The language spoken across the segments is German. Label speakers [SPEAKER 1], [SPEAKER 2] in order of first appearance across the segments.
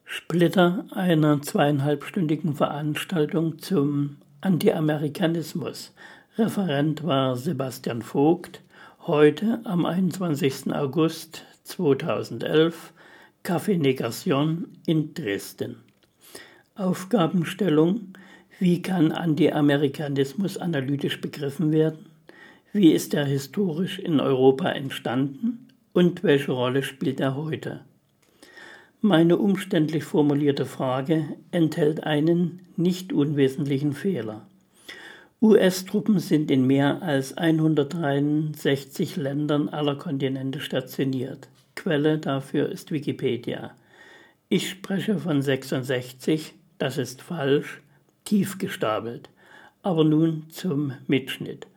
[SPEAKER 1] Splitter einer 2,5-stündigen Veranstaltung zum Anti-Amerikanismus. Referent war Sebastian Vogt, heute am 21. August 2011, Café Negation in Dresden. Aufgabenstellung: Wie kann Anti-Amerikanismus analytisch begriffen werden? Wie ist er historisch in Europa entstanden? Und welche Rolle spielt er heute? Meine umständlich formulierte Frage enthält einen nicht unwesentlichen Fehler. US-Truppen sind in mehr als 163 Ländern aller Kontinente stationiert. Quelle dafür ist Wikipedia. Ich spreche von 66, das ist falsch, tief gestapelt. Aber nun zum Mitschnitt.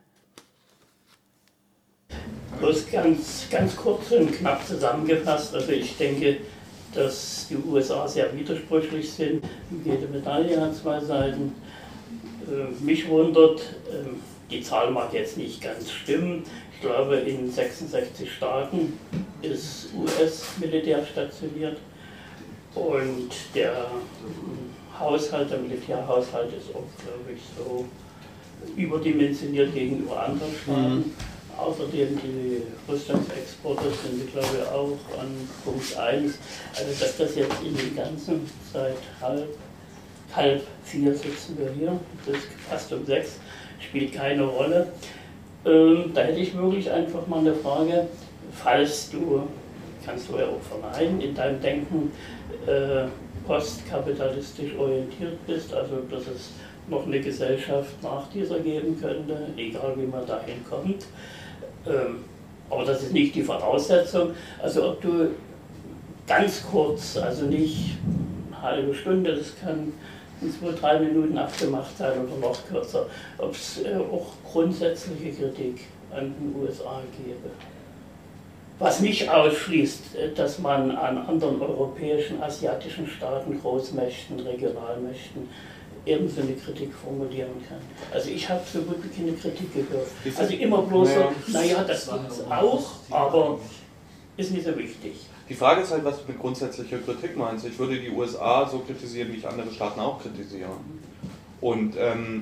[SPEAKER 1] Bloß ganz kurz und knapp zusammengefasst, also ich denke, dass die USA sehr widersprüchlich sind. Jede Medaille hat zwei Seiten. Mich wundert, die Zahl mag jetzt nicht ganz stimmen. Ich glaube, in 66 Staaten ist US-Militär stationiert und der Haushalt, der Militärhaushalt ist auch, glaube ich, so überdimensioniert gegenüber anderen Staaten. Außerdem die Rüstungsexporte sind, glaube ich, auch an Punkt 1. Also dass das jetzt in den ganzen seit halb 4 sitzen wir hier, das ist fast um 6, spielt keine Rolle. Da hätte ich wirklich einfach mal eine Frage, falls du, kannst du ja auch verneinen, in deinem Denken postkapitalistisch orientiert bist, also dass es noch eine Gesellschaft nach dieser geben könnte, egal wie man dahin kommt. Aber das ist nicht die Voraussetzung. Also ob du ganz kurz, also nicht eine halbe Stunde, das kann in 2-3 Minuten abgemacht sein oder noch kürzer, ob es auch grundsätzliche Kritik an den USA gäbe. Was nicht ausschließt, dass man an anderen europäischen, asiatischen Staaten, Großmächten, Regionalmächten ebenso eine Kritik formulieren kann. Also ich habe so gut wie keine Kritik gehört. Also immer bloß so, naja, das gibt's auch, aber ist nicht so wichtig.
[SPEAKER 2] Die Frage ist halt, was du mit grundsätzlicher Kritik meinst. Ich würde die USA so kritisieren, wie ich andere Staaten auch kritisiere. Und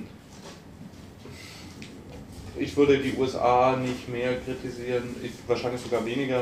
[SPEAKER 2] ich würde die USA nicht mehr kritisieren, wahrscheinlich sogar weniger.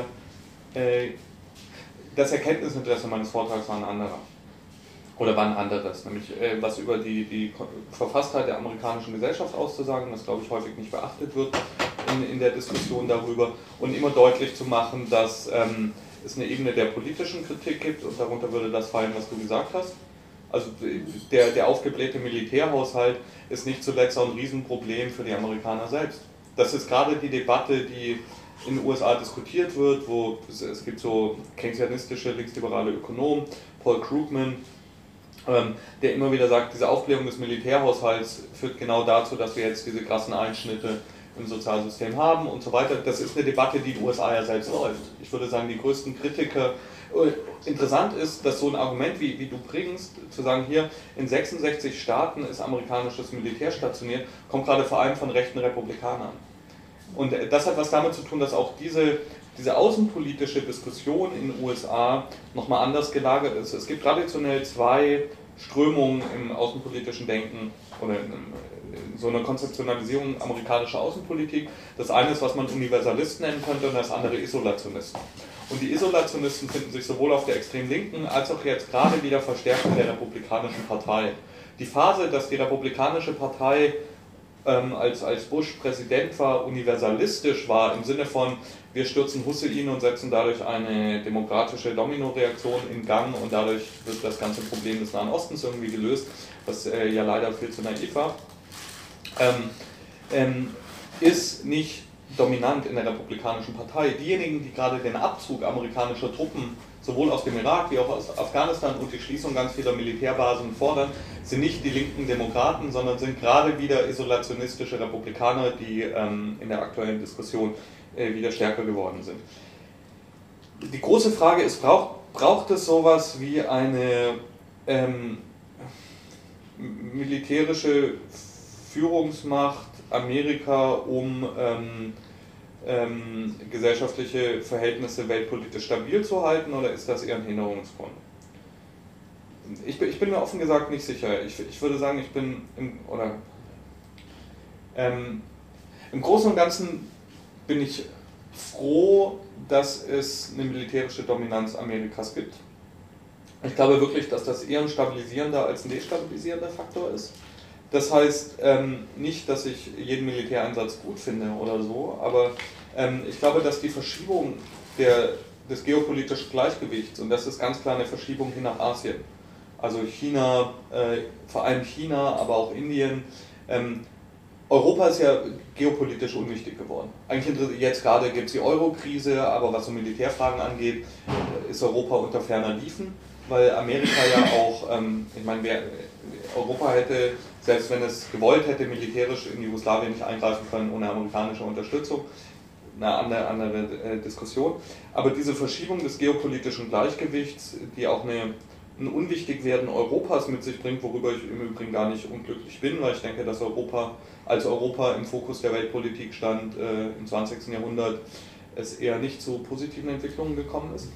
[SPEAKER 2] Das Erkenntnisinteresse meines Vortrags war ein anderer. Oder war ein anderes, nämlich was über die Verfasstheit der amerikanischen Gesellschaft auszusagen, was glaube ich häufig nicht beachtet wird in der Diskussion darüber, und immer deutlich zu machen, dass es eine Ebene der politischen Kritik gibt, und darunter würde das fallen, was du gesagt hast. Also der aufgeblähte Militärhaushalt ist nicht zuletzt auch ein Riesenproblem für die Amerikaner selbst. Das ist gerade die Debatte, die in den USA diskutiert wird, wo es gibt so keynesianistische, linksliberale Ökonomen, Paul Krugman, der immer wieder sagt, diese Aufblähung des Militärhaushalts führt genau dazu, dass wir jetzt diese krassen Einschnitte im Sozialsystem haben und so weiter. Das ist eine Debatte, die in den USA ja selbst läuft. Ich würde sagen, die größten Kritiker. Interessant ist, dass so ein Argument, wie du bringst, zu sagen, hier in 66 Staaten ist amerikanisches Militär stationiert, kommt gerade vor allem von rechten Republikanern. Und das hat was damit zu tun, dass auch diese außenpolitische Diskussion in den USA nochmal anders gelagert ist. Es gibt traditionell zwei Strömungen im außenpolitischen Denken oder in so eine Konzeptionalisierung amerikanischer Außenpolitik. Das eine ist, was man Universalisten nennen könnte, und das andere Isolationisten. Und die Isolationisten finden sich sowohl auf der extrem linken als auch jetzt gerade wieder verstärkt in der Republikanischen Partei. Die Phase, dass die Republikanische Partei als Bush Präsident war, universalistisch war, im Sinne von, wir stürzen Hussein und setzen dadurch eine demokratische Dominoreaktion in Gang und dadurch wird das ganze Problem des Nahen Ostens irgendwie gelöst, was ja leider viel zu naiv war, ist nicht dominant in der Republikanischen Partei. Diejenigen, die gerade den Abzug amerikanischer Truppen sowohl aus dem Irak wie auch aus Afghanistan und die Schließung ganz vieler Militärbasen fordern, sind nicht die linken Demokraten, sondern sind gerade wieder isolationistische Republikaner, die in der aktuellen Diskussion wieder stärker geworden sind. Die große Frage ist, braucht es sowas wie eine militärische Führungsmacht Amerika, um gesellschaftliche Verhältnisse weltpolitisch stabil zu halten, oder ist das eher ein Hinderungsgrund? Ich bin mir offen gesagt nicht sicher. Ich würde sagen, ich bin im Großen und Ganzen bin ich froh, dass es eine militärische Dominanz Amerikas gibt. Ich glaube wirklich, dass das eher ein stabilisierender als ein destabilisierender Faktor ist. Das heißt nicht, dass ich jeden Militäreinsatz gut finde oder so, aber ich glaube, dass die Verschiebung des geopolitischen Gleichgewichts, und das ist ganz klar eine Verschiebung hin nach Asien, also China, vor allem China, aber auch Indien. Europa ist ja geopolitisch unwichtig geworden. Eigentlich jetzt gerade gibt es die Euro-Krise, aber was so Militärfragen angeht, ist Europa unter ferner Liefen, weil Amerika ja auch, ich meine, Europa hätte, selbst wenn es gewollt hätte, militärisch in Jugoslawien nicht eingreifen können ohne amerikanische Unterstützung. Eine andere Diskussion. Aber diese Verschiebung des geopolitischen Gleichgewichts, die auch ein Unwichtigwerden Europas mit sich bringt, worüber ich im Übrigen gar nicht unglücklich bin, weil ich denke, dass als Europa im Fokus der Weltpolitik stand im 20. Jahrhundert, es eher nicht zu positiven Entwicklungen gekommen ist.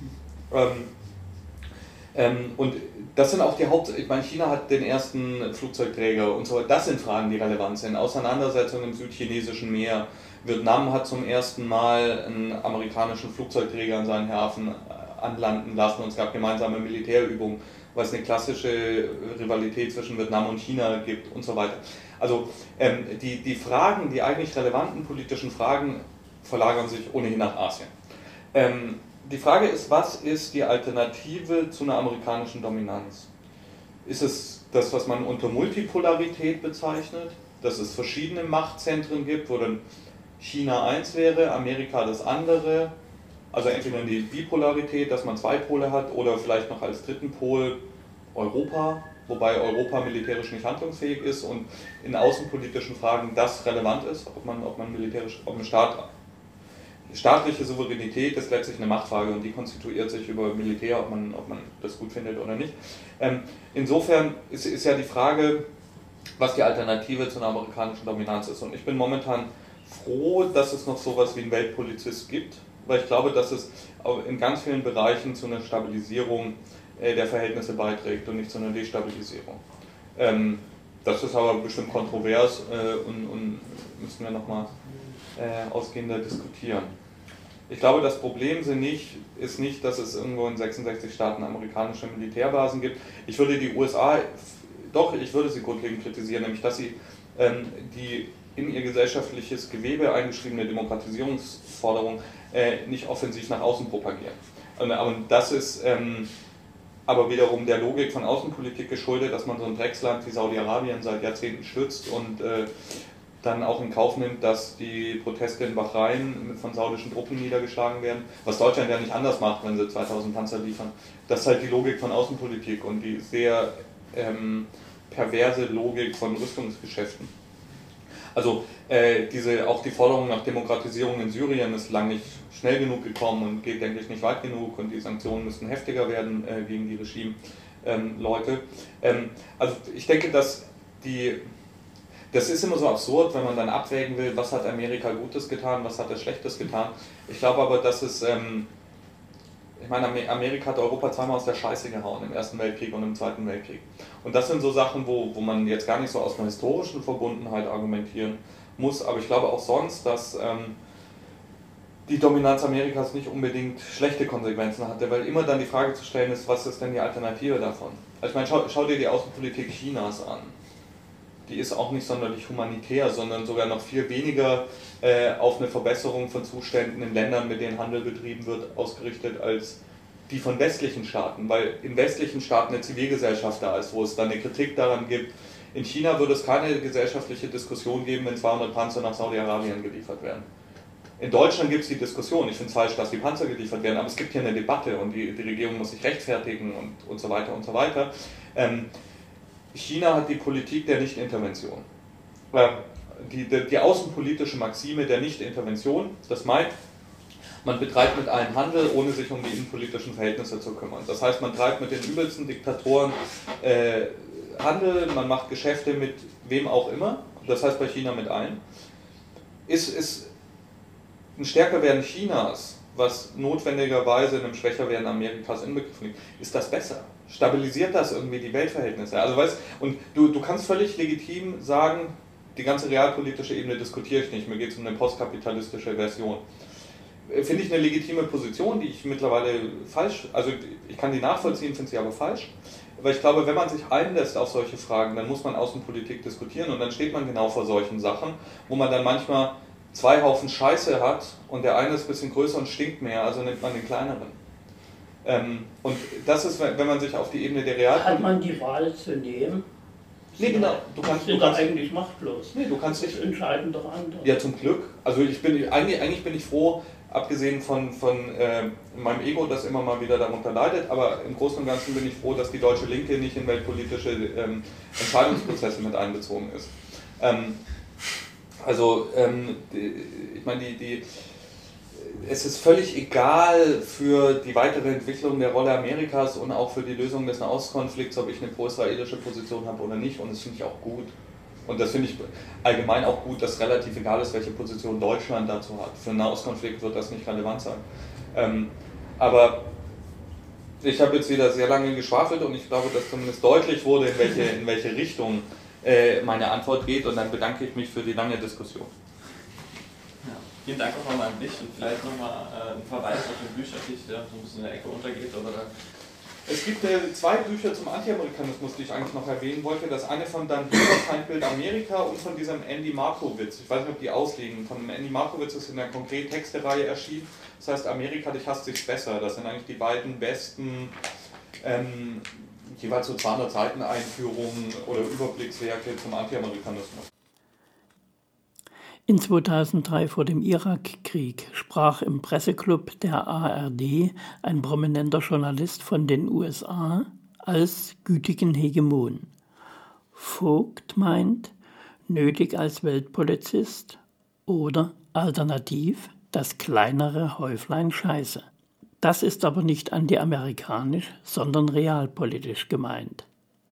[SPEAKER 2] Und das sind auch ich meine, China hat den ersten Flugzeugträger und so weiter. Das sind Fragen, die relevant sind. Auseinandersetzungen im südchinesischen Meer. Vietnam hat zum ersten Mal einen amerikanischen Flugzeugträger in seinen Hafen anlanden lassen und es gab gemeinsame Militärübungen, weil es eine klassische Rivalität zwischen Vietnam und China gibt und so weiter. Also die Fragen, die eigentlich relevanten politischen Fragen, verlagern sich ohnehin nach Asien. Die Frage ist, was ist die Alternative zu einer amerikanischen Dominanz? Ist es das, was man unter Multipolarität bezeichnet, dass es verschiedene Machtzentren gibt, wo dann China eins wäre, Amerika das andere, also entweder die Bipolarität, dass man zwei Pole hat, oder vielleicht noch als dritten Pol Europa, wobei Europa militärisch nicht handlungsfähig ist und in außenpolitischen Fragen das relevant ist, ob ein staatliche Souveränität ist letztlich eine Machtfrage und die konstituiert sich über Militär, ob man das gut findet oder nicht. Insofern ist ja die Frage, was die Alternative zu einer amerikanischen Dominanz ist. Und ich bin momentan froh, dass es noch sowas wie einen Weltpolizist gibt, weil ich glaube, dass es in ganz vielen Bereichen zu einer Stabilisierung der Verhältnisse beiträgt und nicht zu einer Destabilisierung. Das ist aber bestimmt kontrovers und müssen wir nochmal ausgehender diskutieren. Ich glaube, das Problem ist nicht, dass es irgendwo in 66 Staaten amerikanische Militärbasen gibt. Ich würde die USA, ich würde sie grundlegend kritisieren, nämlich dass sie die in ihr gesellschaftliches Gewebe eingeschriebene Demokratisierungsforderung nicht offensiv nach außen propagieren. Und das ist aber wiederum der Logik von Außenpolitik geschuldet, dass man so ein Drecksland wie Saudi-Arabien seit Jahrzehnten stützt und dann auch in Kauf nimmt, dass die Proteste in Bahrain von saudischen Truppen niedergeschlagen werden, was Deutschland ja nicht anders macht, wenn sie 2000 Panzer liefern. Das ist halt die Logik von Außenpolitik und die sehr perverse Logik von Rüstungsgeschäften. Also auch die Forderung nach Demokratisierung in Syrien ist lang nicht schnell genug gekommen und geht, denke ich, nicht weit genug und die Sanktionen müssten heftiger werden gegen die Regime-Leute. Also ich denke, dass das ist immer so absurd, wenn man dann abwägen will, was hat Amerika Gutes getan, was hat es Schlechtes getan. Ich glaube aber, dass ich meine, Amerika hat Europa zweimal aus der Scheiße gehauen, im Ersten Weltkrieg und im Zweiten Weltkrieg. Und das sind so Sachen, wo man jetzt gar nicht so aus einer historischen Verbundenheit argumentieren muss, aber ich glaube auch sonst, dass die Dominanz Amerikas nicht unbedingt schlechte Konsequenzen hatte, weil immer dann die Frage zu stellen ist, was ist denn die Alternative davon? Also ich meine, schau dir die Außenpolitik Chinas an. Die ist auch nicht sonderlich humanitär, sondern sogar noch viel weniger auf eine Verbesserung von Zuständen in Ländern, mit denen Handel betrieben wird, ausgerichtet als die von westlichen Staaten, weil in westlichen Staaten eine Zivilgesellschaft da ist, wo es dann eine Kritik daran gibt. In China würde es keine gesellschaftliche Diskussion geben, wenn 200 Panzer nach Saudi-Arabien geliefert werden. In Deutschland gibt es die Diskussion, ich finde es falsch, dass die Panzer geliefert werden, aber es gibt hier eine Debatte und die Regierung muss sich rechtfertigen und so weiter und so weiter. China hat die Politik der Nichtintervention. Die außenpolitische Maxime der Nichtintervention, das meint, man betreibt mit allen Handel, ohne sich um die innenpolitischen Verhältnisse zu kümmern. Das heißt, man treibt mit den übelsten Diktatoren Handel, man macht Geschäfte mit wem auch immer, das heißt bei China mit allen. Ist ein Stärkerwerden Chinas, was notwendigerweise in einem Schwächerwerden Amerikas inbegriffen liegt, ist das besser? stabilisiert das irgendwie die Weltverhältnisse. Also weißt, und du kannst völlig legitim sagen, die ganze realpolitische Ebene diskutiere ich nicht, mir geht es um eine postkapitalistische Version. Finde ich eine legitime Position, die ich mittlerweile falsch, also ich kann die nachvollziehen, finde sie aber falsch. Weil ich glaube, wenn man sich einlässt auf solche Fragen, dann muss man Außenpolitik diskutieren und dann steht man genau vor solchen Sachen, wo man dann manchmal 2 Haufen Scheiße hat und der eine ist ein bisschen größer und stinkt mehr, also nimmt man den kleineren. Und das ist, wenn man sich auf die Ebene der Realpolitik...
[SPEAKER 1] Hat man die Wahl zu nehmen?
[SPEAKER 2] Nee, genau. Du kannst
[SPEAKER 1] eigentlich machtlos.
[SPEAKER 2] Nee, du kannst nicht...
[SPEAKER 1] Das entscheiden doch andere.
[SPEAKER 2] Ja, zum Glück. Also eigentlich bin ich froh, abgesehen von meinem Ego, das immer mal wieder darunter leidet, aber im Großen und Ganzen bin ich froh, dass die deutsche Linke nicht in weltpolitische Entscheidungsprozesse mit einbezogen ist. Ich meine, es ist völlig egal für die weitere Entwicklung der Rolle Amerikas und auch für die Lösung des Nahostkonflikts, ob ich eine pro-israelische Position habe oder nicht, und das finde ich auch gut. Und das finde ich allgemein auch gut, dass relativ egal ist, welche Position Deutschland dazu hat. Für einen Nahostkonflikt wird das nicht relevant sein. Aber ich habe jetzt wieder sehr lange geschwafelt und ich glaube, dass zumindest deutlich wurde, in welche Richtung meine Antwort geht, und dann bedanke ich mich für die lange Diskussion.
[SPEAKER 3] Ja, vielen Dank auch nochmal an dich und vielleicht nochmal ein Verweis auf den Büchertisch, der so ein bisschen in der Ecke untergeht. Oder
[SPEAKER 2] Es gibt 2 Bücher zum Anti-Amerikanismus, die ich eigentlich noch erwähnen wollte. Das eine von Dan Heber, Feindbild Amerika, und von diesem Andy Markowitz. Ich weiß nicht, ob die ausliegen. Von Andy Markowitz ist in der Konkret-Texte-Reihe erschienen. Das heißt, Amerika, dich hasst sich's besser. Das sind eigentlich die beiden besten, jeweils so 200 Seiten Einführungen oder Überblickswerke zum Anti-Amerikanismus.
[SPEAKER 1] In 2003 vor dem Irakkrieg sprach im Presseclub der ARD ein prominenter Journalist von den USA als gütigen Hegemon. Vogt meint, nötig als Weltpolizist oder alternativ das kleinere Häuflein Scheiße. Das ist aber nicht anti-amerikanisch, sondern realpolitisch gemeint.